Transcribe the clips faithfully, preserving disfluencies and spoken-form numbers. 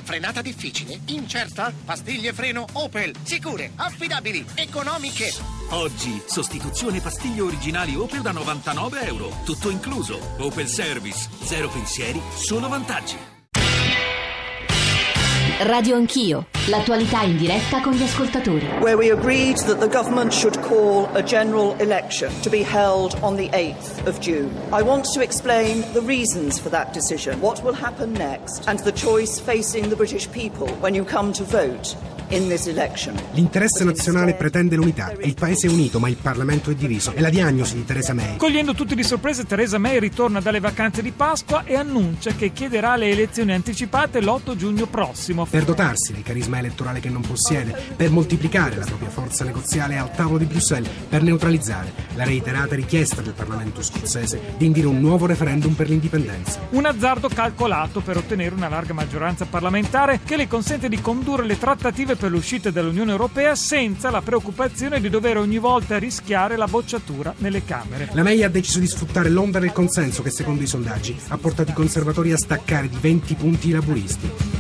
Frenata difficile? Incerta? Pastiglie freno Opel. Sicure, affidabili, economiche. Oggi, sostituzione pastiglie originali Opel da novantanove euro. Tutto incluso. Opel Service. Zero pensieri, solo vantaggi. Radio Anch'io. L'attualità in diretta con gli ascoltatori. Where we agreed that the government should call a general election to be held on the eighth of June. I want to explain the reasons for that decision, what will happen next, and the choice facing the British people when you come to vote in this election. L'interesse nazionale pretende l'unità. Il paese è unito, ma il Parlamento è diviso. È la diagnosi di Theresa May. Cogliendo tutti di sorpresa, Theresa May ritorna dalle vacanze di Pasqua e annuncia che chiederà le elezioni anticipate l'otto giugno prossimo. Per dotarsi del carisma elettorale che non possiede, per moltiplicare la propria forza negoziale al tavolo di Bruxelles, per neutralizzare la reiterata richiesta del Parlamento scozzese di indire un nuovo referendum per l'indipendenza. Un azzardo calcolato per ottenere una larga maggioranza parlamentare che le consente di condurre le trattative per l'uscita dall'Unione Europea senza la preoccupazione di dover ogni volta rischiare la bocciatura nelle Camere. La May ha deciso di sfruttare l'onda del consenso che, secondo i sondaggi, ha portato i conservatori a staccare di venti punti i laburisti.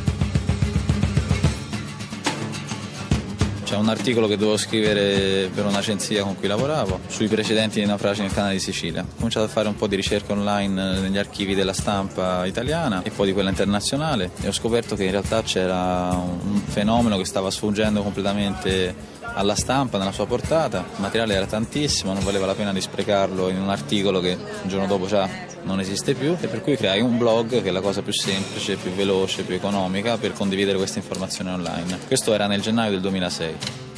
C'è un articolo che dovevo scrivere per un'agenzia con cui lavoravo sui precedenti dei naufragi nel canale di Sicilia. Ho cominciato a fare un po' di ricerca online negli archivi della stampa italiana e poi di quella internazionale e ho scoperto che in realtà c'era un fenomeno che stava sfuggendo completamente alla stampa, nella sua portata. Il materiale era tantissimo, non valeva la pena di sprecarlo in un articolo che il giorno dopo già non esiste più, e per cui creai un blog, che è la cosa più semplice, più veloce, più economica per condividere queste informazioni online. Questo era nel gennaio del duemilasei.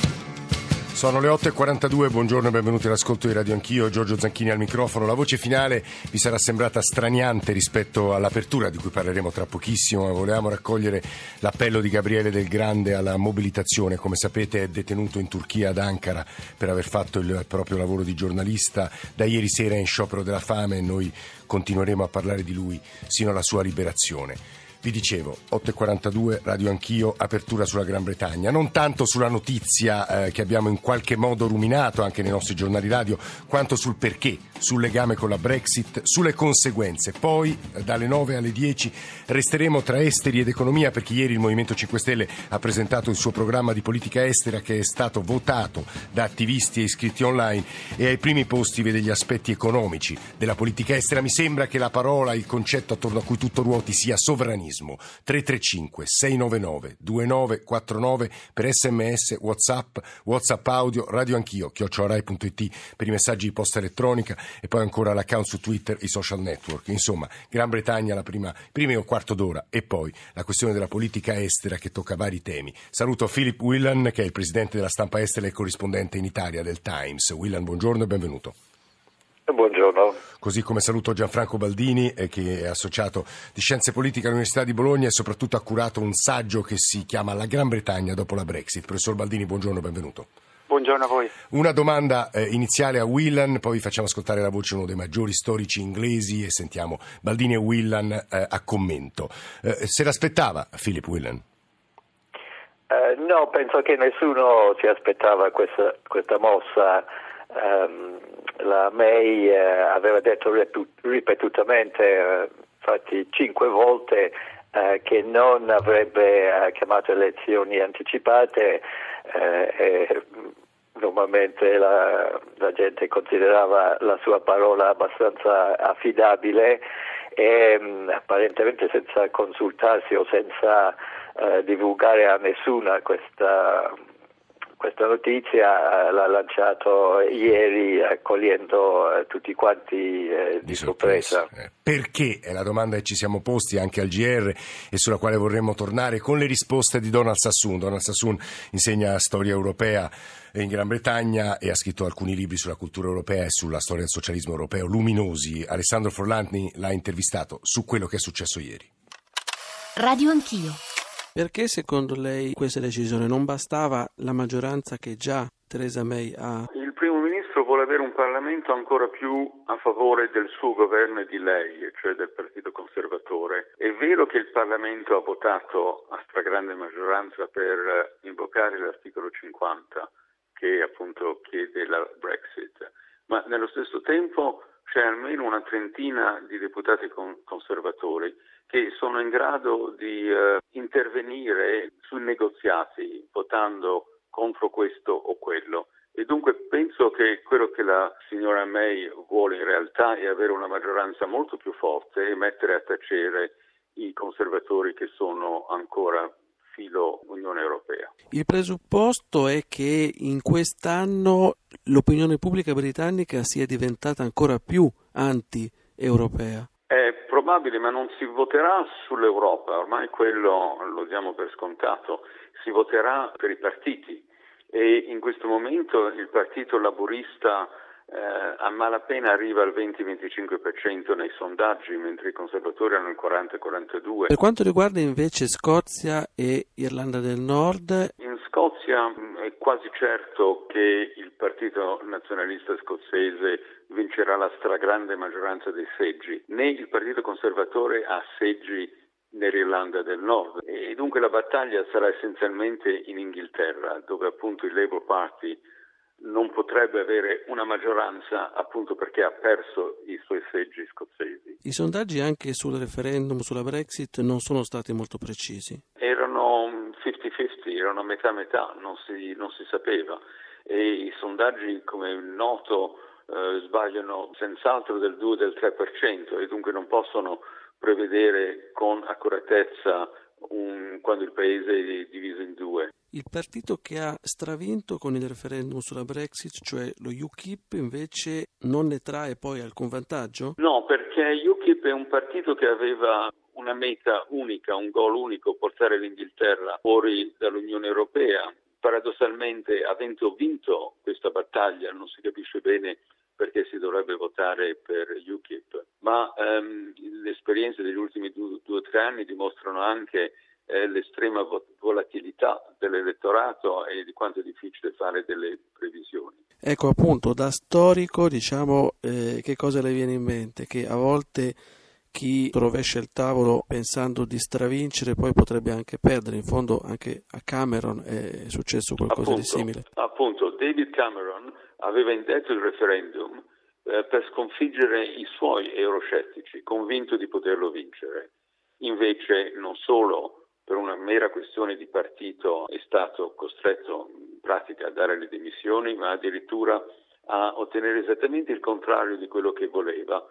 Sono le otto e quarantadue, buongiorno e benvenuti all'ascolto di Radio Anch'io, Giorgio Zanchini al microfono. La voce finale vi sarà sembrata straniante rispetto all'apertura di cui parleremo tra pochissimo, ma volevamo raccogliere l'appello di Gabriele Del Grande alla mobilitazione. Come sapete è detenuto in Turchia ad Ankara per aver fatto il proprio lavoro di giornalista. Da ieri sera è in sciopero della fame e noi continueremo a parlare di lui sino alla sua liberazione. Vi dicevo, otto e quarantadue, Radio Anch'io, apertura sulla Gran Bretagna, non tanto sulla notizia eh, che abbiamo in qualche modo ruminato anche nei nostri giornali radio, quanto sul perché, sul legame con la Brexit, sulle conseguenze. Poi, eh, dalle nove alle dieci, resteremo tra esteri ed economia, perché ieri il Movimento cinque Stelle ha presentato il suo programma di politica estera che è stato votato da attivisti e iscritti online e ai primi posti vede gli aspetti economici della politica estera. Mi sembra che la parola, il concetto attorno a cui tutto ruoti sia sovranismo. tre tre cinque sei nove nove due nove quattro nove per sms, whatsapp, whatsapp audio, Radio Anch'io, chiocciola rai punto it per i messaggi di posta elettronica e poi ancora l'account su Twitter, i social network. Insomma, Gran Bretagna la prima, prima un quarto d'ora e poi la questione della politica estera che tocca vari temi. Saluto Philip Whelan, che è il presidente della stampa estera e corrispondente in Italia del Times. Whelan, buongiorno e benvenuto. Buongiorno. Così come saluto Gianfranco Baldini, eh, che è associato di Scienze Politiche all'Università di Bologna e soprattutto ha curato un saggio che si chiama La Gran Bretagna dopo la Brexit. Professor Baldini, buongiorno e benvenuto. Buongiorno a voi. Una domanda eh, iniziale a Whelan, poi vi facciamo ascoltare la voce di uno dei maggiori storici inglesi e sentiamo Baldini e Whelan eh, a commento. Eh, se l'aspettava Philip Whelan? Uh, no, penso che nessuno si aspettava questa, questa mossa. Um, la May eh, aveva detto ripetutamente, eh, infatti cinque volte, eh, che non avrebbe eh, chiamato elezioni anticipate eh, e normalmente la, la gente considerava la sua parola abbastanza affidabile e mh, apparentemente senza consultarsi o senza eh, divulgare a nessuna questa Questa notizia l'ha lanciato ieri accogliendo eh, tutti quanti eh, di, di sorpresa. sorpresa. Eh, perché? È la domanda che ci siamo posti anche al G R e sulla quale vorremmo tornare con le risposte di Donald Sassoon. Donald Sassoon insegna storia europea in Gran Bretagna e ha scritto alcuni libri sulla cultura europea e sulla storia del socialismo europeo luminosi. Alessandro Forlani l'ha intervistato su quello che è successo ieri. Radio Anch'io. Perché secondo lei questa decisione non bastava la maggioranza che già Theresa May ha? Il primo ministro vuole avere un Parlamento ancora più a favore del suo governo e di lei, cioè del Partito Conservatore. È vero che il Parlamento ha votato a stragrande maggioranza per invocare l'articolo cinquanta, che appunto chiede la Brexit, ma nello stesso tempo c'è almeno una trentina di deputati con- conservatori che sono in grado di eh, intervenire sui negoziati votando contro questo o quello. E dunque penso che quello che la signora May vuole in realtà è avere una maggioranza molto più forte e mettere a tacere i conservatori che sono ancora filo Unione Europea. Il presupposto è che in quest'anno l'opinione pubblica britannica sia diventata ancora più anti-europea. È probabile, ma non si voterà sull'Europa, ormai quello lo diamo per scontato, si voterà per i partiti. E in questo momento il partito laburista eh, a malapena arriva al venti venticinque per cento nei sondaggi, mentre i conservatori hanno il quaranta quarantadue. Per quanto riguarda invece Scozia e Irlanda del Nord? In Scozia è quasi certo che il partito nazionalista scozzese vincerà la stragrande maggioranza dei seggi, né il partito conservatore ha seggi nell'Irlanda del Nord e dunque la battaglia sarà essenzialmente in Inghilterra, dove appunto il Labour Party non potrebbe avere una maggioranza appunto perché ha perso i suoi seggi scozzesi. I sondaggi anche sul referendum sulla Brexit non sono stati molto precisi. Erano cinquanta cinquanta, erano metà metà, non si, non si sapeva e i sondaggi, come è noto, eh, sbagliano senz'altro del due del tre per cento e dunque non possono prevedere con accuratezza un, quando il paese è diviso in due. Il partito che ha stravinto con il referendum sulla Brexit, cioè lo U K I P, invece non ne trae poi alcun vantaggio? No, perché U K I P è un partito che aveva una meta unica, un goal unico, portare l'Inghilterra fuori dall'Unione Europea. Paradossalmente, avendo vinto questa battaglia, non si capisce bene perché si dovrebbe votare per U K I P. Ma ehm, le esperienze degli ultimi due o tre anni dimostrano anche eh, l'estrema volatilità dell'elettorato e di quanto è difficile fare delle previsioni. Ecco, appunto, da storico, diciamo, eh, che cosa le viene in mente? Che a volte chi rovescia il tavolo pensando di stravincere poi potrebbe anche perdere. In fondo anche a Cameron è successo qualcosa appunto, di simile. Appunto, David Cameron aveva indetto il referendum eh, per sconfiggere i suoi euroscettici, convinto di poterlo vincere. Invece non solo per una mera questione di partito è stato costretto in pratica a dare le dimissioni, ma addirittura a ottenere esattamente il contrario di quello che voleva.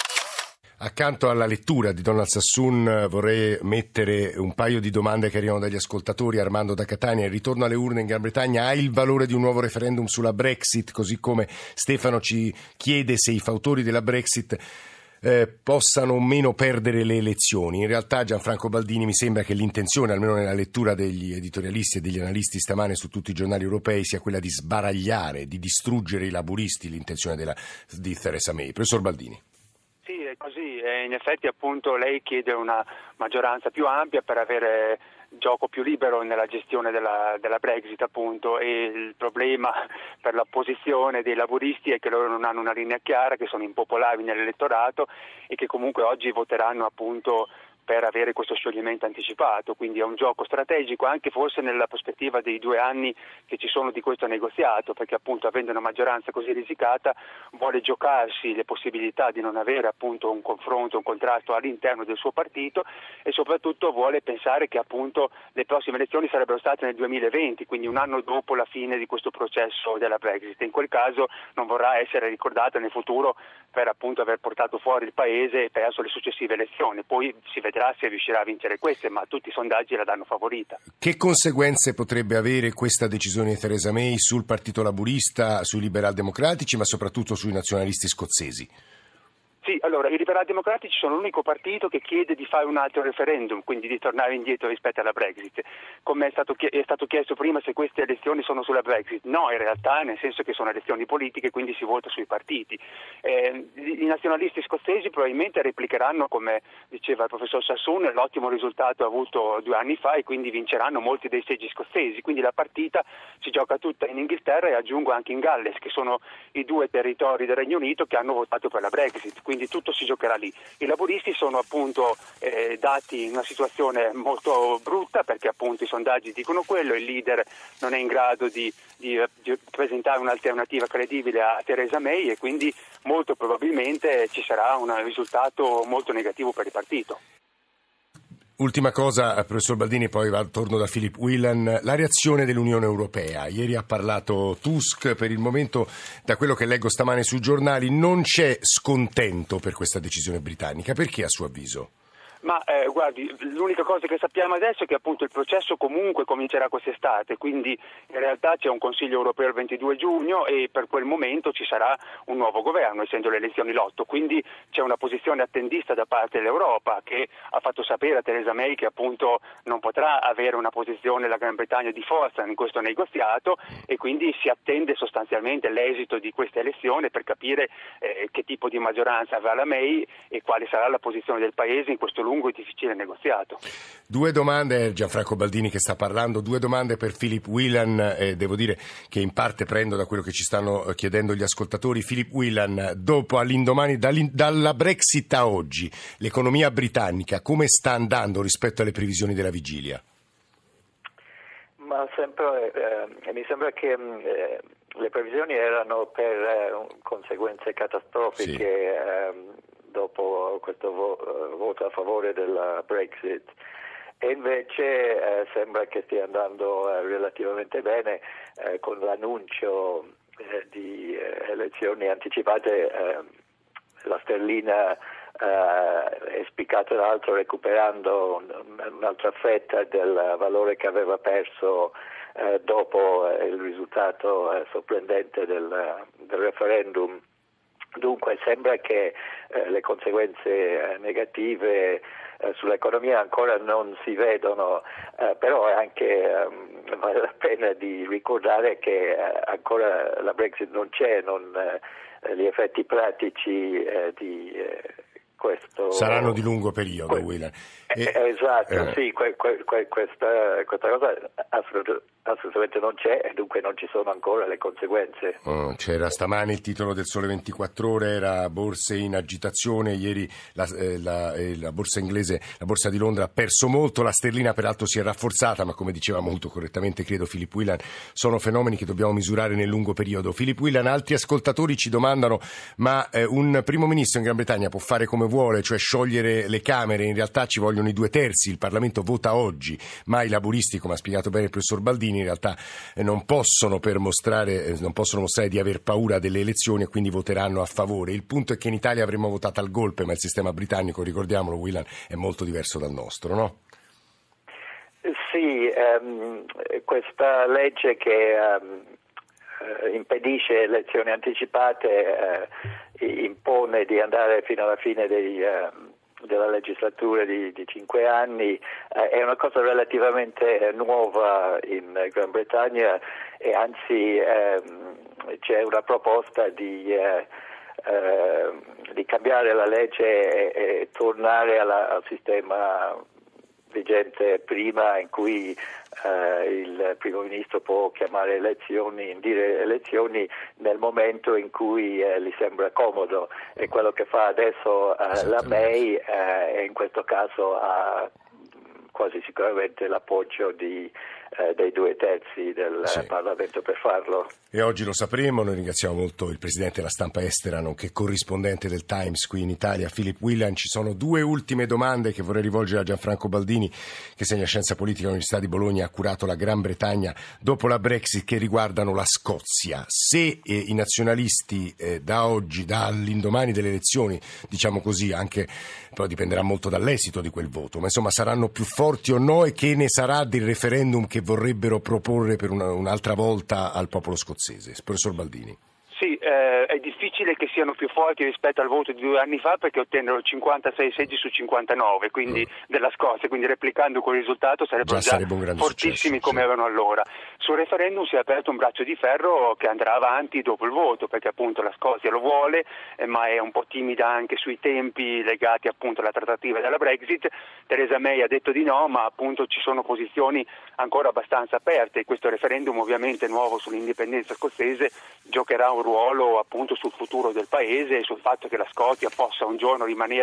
Accanto alla lettura di Donald Sassoon vorrei mettere un paio di domande che arrivano dagli ascoltatori. Armando da Catania: il ritorno alle urne in Gran Bretagna ha il valore di un nuovo referendum sulla Brexit? Così come Stefano ci chiede se i fautori della Brexit eh, possano o meno perdere le elezioni. In realtà Gianfranco Baldini, mi sembra che l'intenzione, almeno nella lettura degli editorialisti e degli analisti stamane su tutti i giornali europei, sia quella di sbaragliare, di distruggere i laburisti, l'intenzione della, di Theresa May. Professor Baldini. Sì, è così, e in effetti appunto lei chiede una maggioranza più ampia per avere gioco più libero nella gestione della, della Brexit appunto, e il problema per la posizione dei laburisti è che loro non hanno una linea chiara, che sono impopolari nell'elettorato e che comunque oggi voteranno appunto per avere questo scioglimento anticipato, quindi è un gioco strategico anche forse nella prospettiva dei due anni che ci sono di questo negoziato, perché appunto avendo una maggioranza così risicata vuole giocarsi le possibilità di non avere appunto un confronto, un contrasto all'interno del suo partito e soprattutto vuole pensare che appunto le prossime elezioni sarebbero state nel duemilaventi, quindi un anno dopo la fine di questo processo della Brexit. In quel caso non vorrà essere ricordata nel futuro per appunto aver portato fuori il paese e perso le successive elezioni. Poi si vedrà se riuscirà a vincere queste, ma tutti i sondaggi la danno favorita. Che conseguenze potrebbe avere questa decisione di Theresa May sul Partito Laburista, sui liberal-democratici, ma soprattutto sui nazionalisti scozzesi? Sì, allora i liberal-democratici sono l'unico partito che chiede di fare un altro referendum, quindi di tornare indietro rispetto alla Brexit. Come è stato, è stato chiesto prima se queste elezioni sono sulla Brexit, no, in realtà nel senso che sono elezioni politiche, quindi si vota sui partiti. Eh, I nazionalisti scozzesi probabilmente replicheranno, come diceva il professor Sassoon, l'ottimo risultato avuto due anni fa e quindi vinceranno molti dei seggi scozzesi, quindi la partita si gioca tutta in Inghilterra e aggiungo anche in Galles, che sono i due territori del Regno Unito che hanno votato per la Brexit. Quindi tutto si giocherà lì. I laburisti sono appunto eh, dati in una situazione molto brutta perché appunto i sondaggi dicono quello, il leader non è in grado di, di, di presentare un'alternativa credibile a Theresa May e quindi molto probabilmente ci sarà un risultato molto negativo per il partito. Ultima cosa, professor Baldini, poi va, torno da Philip Whelan, la reazione dell'Unione Europea. Ieri ha parlato Tusk, per il momento da quello che leggo stamane sui giornali non c'è scontento per questa decisione britannica. Perché a suo avviso? Ma eh, guardi, l'unica cosa che sappiamo adesso è che appunto il processo comunque comincerà quest'estate, quindi in realtà c'è un Consiglio europeo il ventidue giugno e per quel momento ci sarà un nuovo governo, essendo le elezioni l'otto, quindi c'è una posizione attendista da parte dell'Europa che ha fatto sapere a Theresa May che appunto non potrà avere una posizione la Gran Bretagna di forza in questo negoziato e quindi si attende sostanzialmente l'esito di questa elezione per capire eh, che tipo di maggioranza avrà la May e quale sarà la posizione del Paese in questo lungo e difficile negoziato. Due domande, Gianfranco Baldini che sta parlando, due domande per Philip Whelan, eh, devo dire che in parte prendo da quello che ci stanno chiedendo gli ascoltatori. Philip Whelan, dopo all'indomani, dalla Brexit a oggi, l'economia britannica come sta andando rispetto alle previsioni della vigilia? Ma sempre, eh, mi sembra che eh, le previsioni erano per eh, conseguenze catastrofiche. Sì. Eh, dopo questo vo- voto a favore della Brexit e invece eh, sembra che stia andando eh, relativamente bene eh, con l'annuncio eh, di eh, elezioni anticipate. Eh, la sterlina eh, è spiccata d'altro recuperando un, un'altra fetta del valore che aveva perso eh, dopo eh, il risultato eh, sorprendente del, del referendum. Dunque sembra che eh, le conseguenze eh, negative eh, sull'economia ancora non si vedono, eh, però anche eh, vale la pena di ricordare che eh, ancora la Brexit non c'è, non, eh, gli effetti pratici eh, di eh, questo... Saranno di lungo periodo, que- Whelan. E, esatto, eh. sì, que, que, que, questa, questa cosa assolut- assolutamente non c'è e dunque non ci sono ancora le conseguenze. Oh, c'era stamane il titolo del Sole ventiquattro Ore, era borse in agitazione, ieri la, eh, la, eh, la borsa inglese, la borsa di Londra ha perso molto, la sterlina peraltro si è rafforzata, ma come diceva molto correttamente credo Philip Whelan, sono fenomeni che dobbiamo misurare nel lungo periodo. Philip Whelan, altri ascoltatori ci domandano, ma eh, un primo ministro in Gran Bretagna può fare come vuole, cioè sciogliere le Camere, in realtà ci vogliono i due terzi, il Parlamento vota oggi, ma i laburisti, come ha spiegato bene il professor Baldini, in realtà eh, non possono per mostrare, eh, non possono mostrare di aver paura delle elezioni e quindi voteranno a favore. Il punto è che in Italia avremmo votato al golpe, ma il sistema britannico, ricordiamolo Whelan, è molto diverso dal nostro, no? Sì, ehm, questa legge che ehm, impedisce elezioni anticipate eh, impone di andare fino alla fine dei ehm, della legislatura di, di cinque anni, eh, è una cosa relativamente eh, nuova in Gran Bretagna e anzi ehm, c'è una proposta di, eh, eh, di cambiare la legge e, e tornare alla, al sistema vigente prima, in cui eh, il primo ministro può chiamare elezioni, indire elezioni nel momento in cui eh, gli sembra comodo, e quello che fa adesso eh, la May eh, e in questo caso ha quasi sicuramente l'appoggio di, eh, dei due terzi del sì. Parlamento per farlo. E oggi lo sapremo. Noi ringraziamo molto il presidente della stampa estera, nonché corrispondente del Times qui in Italia, Philip Whelan. Ci sono due ultime domande che vorrei rivolgere a Gianfranco Baldini, che insegna scienza politica all'Università di Bologna, ha curato la Gran Bretagna dopo la Brexit, che riguardano la Scozia. Se eh, i nazionalisti eh, da oggi, dall'indomani delle elezioni, diciamo così, anche poi dipenderà molto dall'esito di quel voto, ma insomma saranno più forti o no, e che ne sarà del referendum che vorrebbero proporre per una, un'altra volta al popolo scozzese? Professor Baldini. Sì, eh, è difficile che siano più forti rispetto al voto di due anni fa, perché ottennero cinquantasei seggi su cinquantanove, quindi mm. della Scozia, quindi replicando quel risultato sarebbero già, già fortissimi successo, come sì. erano allora. Sul referendum si è aperto un braccio di ferro che andrà avanti dopo il voto, perché appunto la Scozia lo vuole, eh, ma è un po' timida anche sui tempi legati appunto alla trattativa della Brexit. Theresa May ha detto di no, ma appunto ci sono posizioni ancora abbastanza aperte. Questo referendum ovviamente nuovo sull'indipendenza scozzese giocherà un ruolo appunto sul futuro del paese e sul fatto che la Scozia possa un giorno rimanere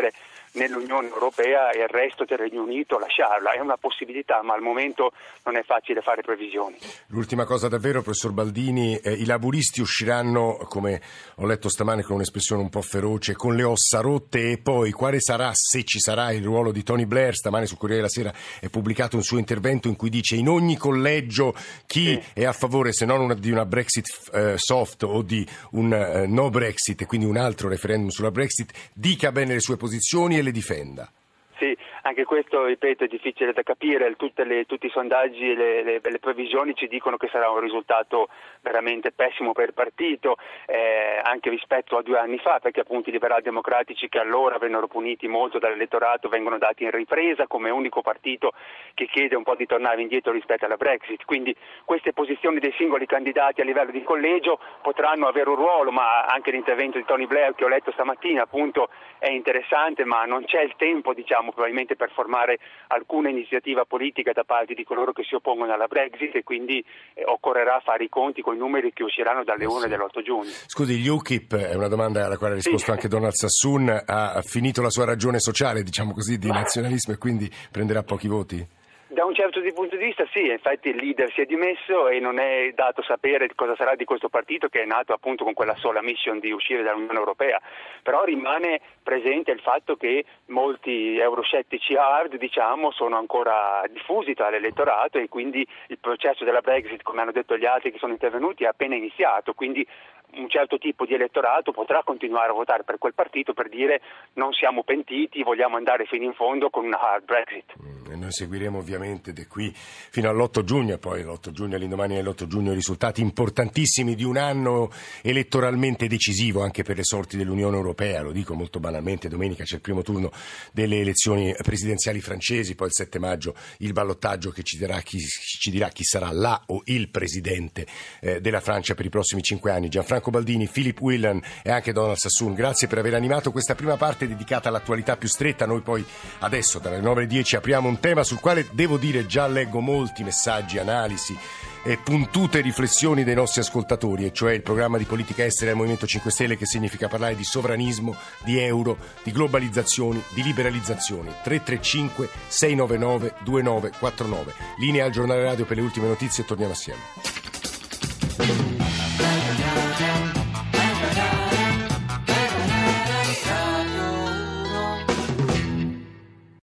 nell'Unione Europea e il resto del Regno Unito lasciarla. È una possibilità, ma al momento non è facile fare previsioni. L'ultima cosa davvero, professor Baldini, eh, i laburisti usciranno, come ho letto stamane con un'espressione un po' feroce, con le ossa rotte, e poi quale sarà, se ci sarà, il ruolo di Tony Blair? Stamane sul Corriere della Sera è pubblicato un suo intervento in cui dice: in ogni collegio chi sì. è a favore, se non una, di una Brexit eh, soft o di un eh, no Brexit, e quindi un altro referendum sulla Brexit, dica bene le sue posizioni e le difenda. Sì, anche questo, ripeto, è difficile da capire. Tutte le, tutti i sondaggi e le, le, le previsioni ci dicono che sarà un risultato veramente pessimo per il partito, eh, anche rispetto a due anni fa, perché appunto i liberal democratici, che allora vennero puniti molto dall'elettorato, vengono dati in ripresa come unico partito che chiede un po' di tornare indietro rispetto alla Brexit. Quindi queste posizioni dei singoli candidati a livello di collegio potranno avere un ruolo, ma anche l'intervento di Tony Blair che ho letto stamattina appunto è interessante, ma non c'è il tempo, diciamo, probabilmente per formare alcuna iniziativa politica da parte di coloro che si oppongono alla Brexit, e quindi eh, occorrerà fare i conti con i numeri che usciranno dalle urne sì. dell'otto giugno. Scusi, gli U K I P, è una domanda alla quale ha risposto sì. anche Donald Sassoon, ha finito la sua ragione sociale, diciamo così, di nazionalismo, e quindi prenderà pochi voti? Da un certo punto di vista sì, infatti il leader si è dimesso e non è dato sapere cosa sarà di questo partito, che è nato appunto con quella sola mission di uscire dall'Unione Europea, però rimane presente il fatto che molti euroscettici hard, diciamo, sono ancora diffusi tra l'elettorato, e quindi il processo della Brexit, come hanno detto gli altri che sono intervenuti, è appena iniziato, quindi un certo tipo di elettorato potrà continuare a votare per quel partito per dire: non siamo pentiti, vogliamo andare fino in fondo con una hard Brexit. E noi seguiremo ovviamente da qui fino all'otto giugno, e poi l'otto giugno, all'indomani dell'otto giugno, i risultati importantissimi di un anno elettoralmente decisivo anche per le sorti dell'Unione Europea. Lo dico molto banalmente: domenica c'è il primo turno delle elezioni presidenziali francesi, poi il sette maggio il ballottaggio che ci dirà chi, ci dirà chi sarà la o il presidente eh, della Francia per i prossimi cinque anni. Gianfranco Baldini, Philip Whelan e anche Donald Sassoon, grazie per aver animato questa prima parte dedicata all'attualità più stretta. Noi poi adesso dalle nove alle dieci apriamo un tema sul quale devo dire già leggo molti messaggi, analisi e puntute riflessioni dei nostri ascoltatori, e cioè il programma di politica estera del Movimento cinque Stelle, che significa parlare di sovranismo, di euro, di globalizzazioni, di liberalizzazioni. Tre tre cinque sei nove nove due nove quattro nove. Linea al giornale radio per le ultime notizie, e torniamo assieme.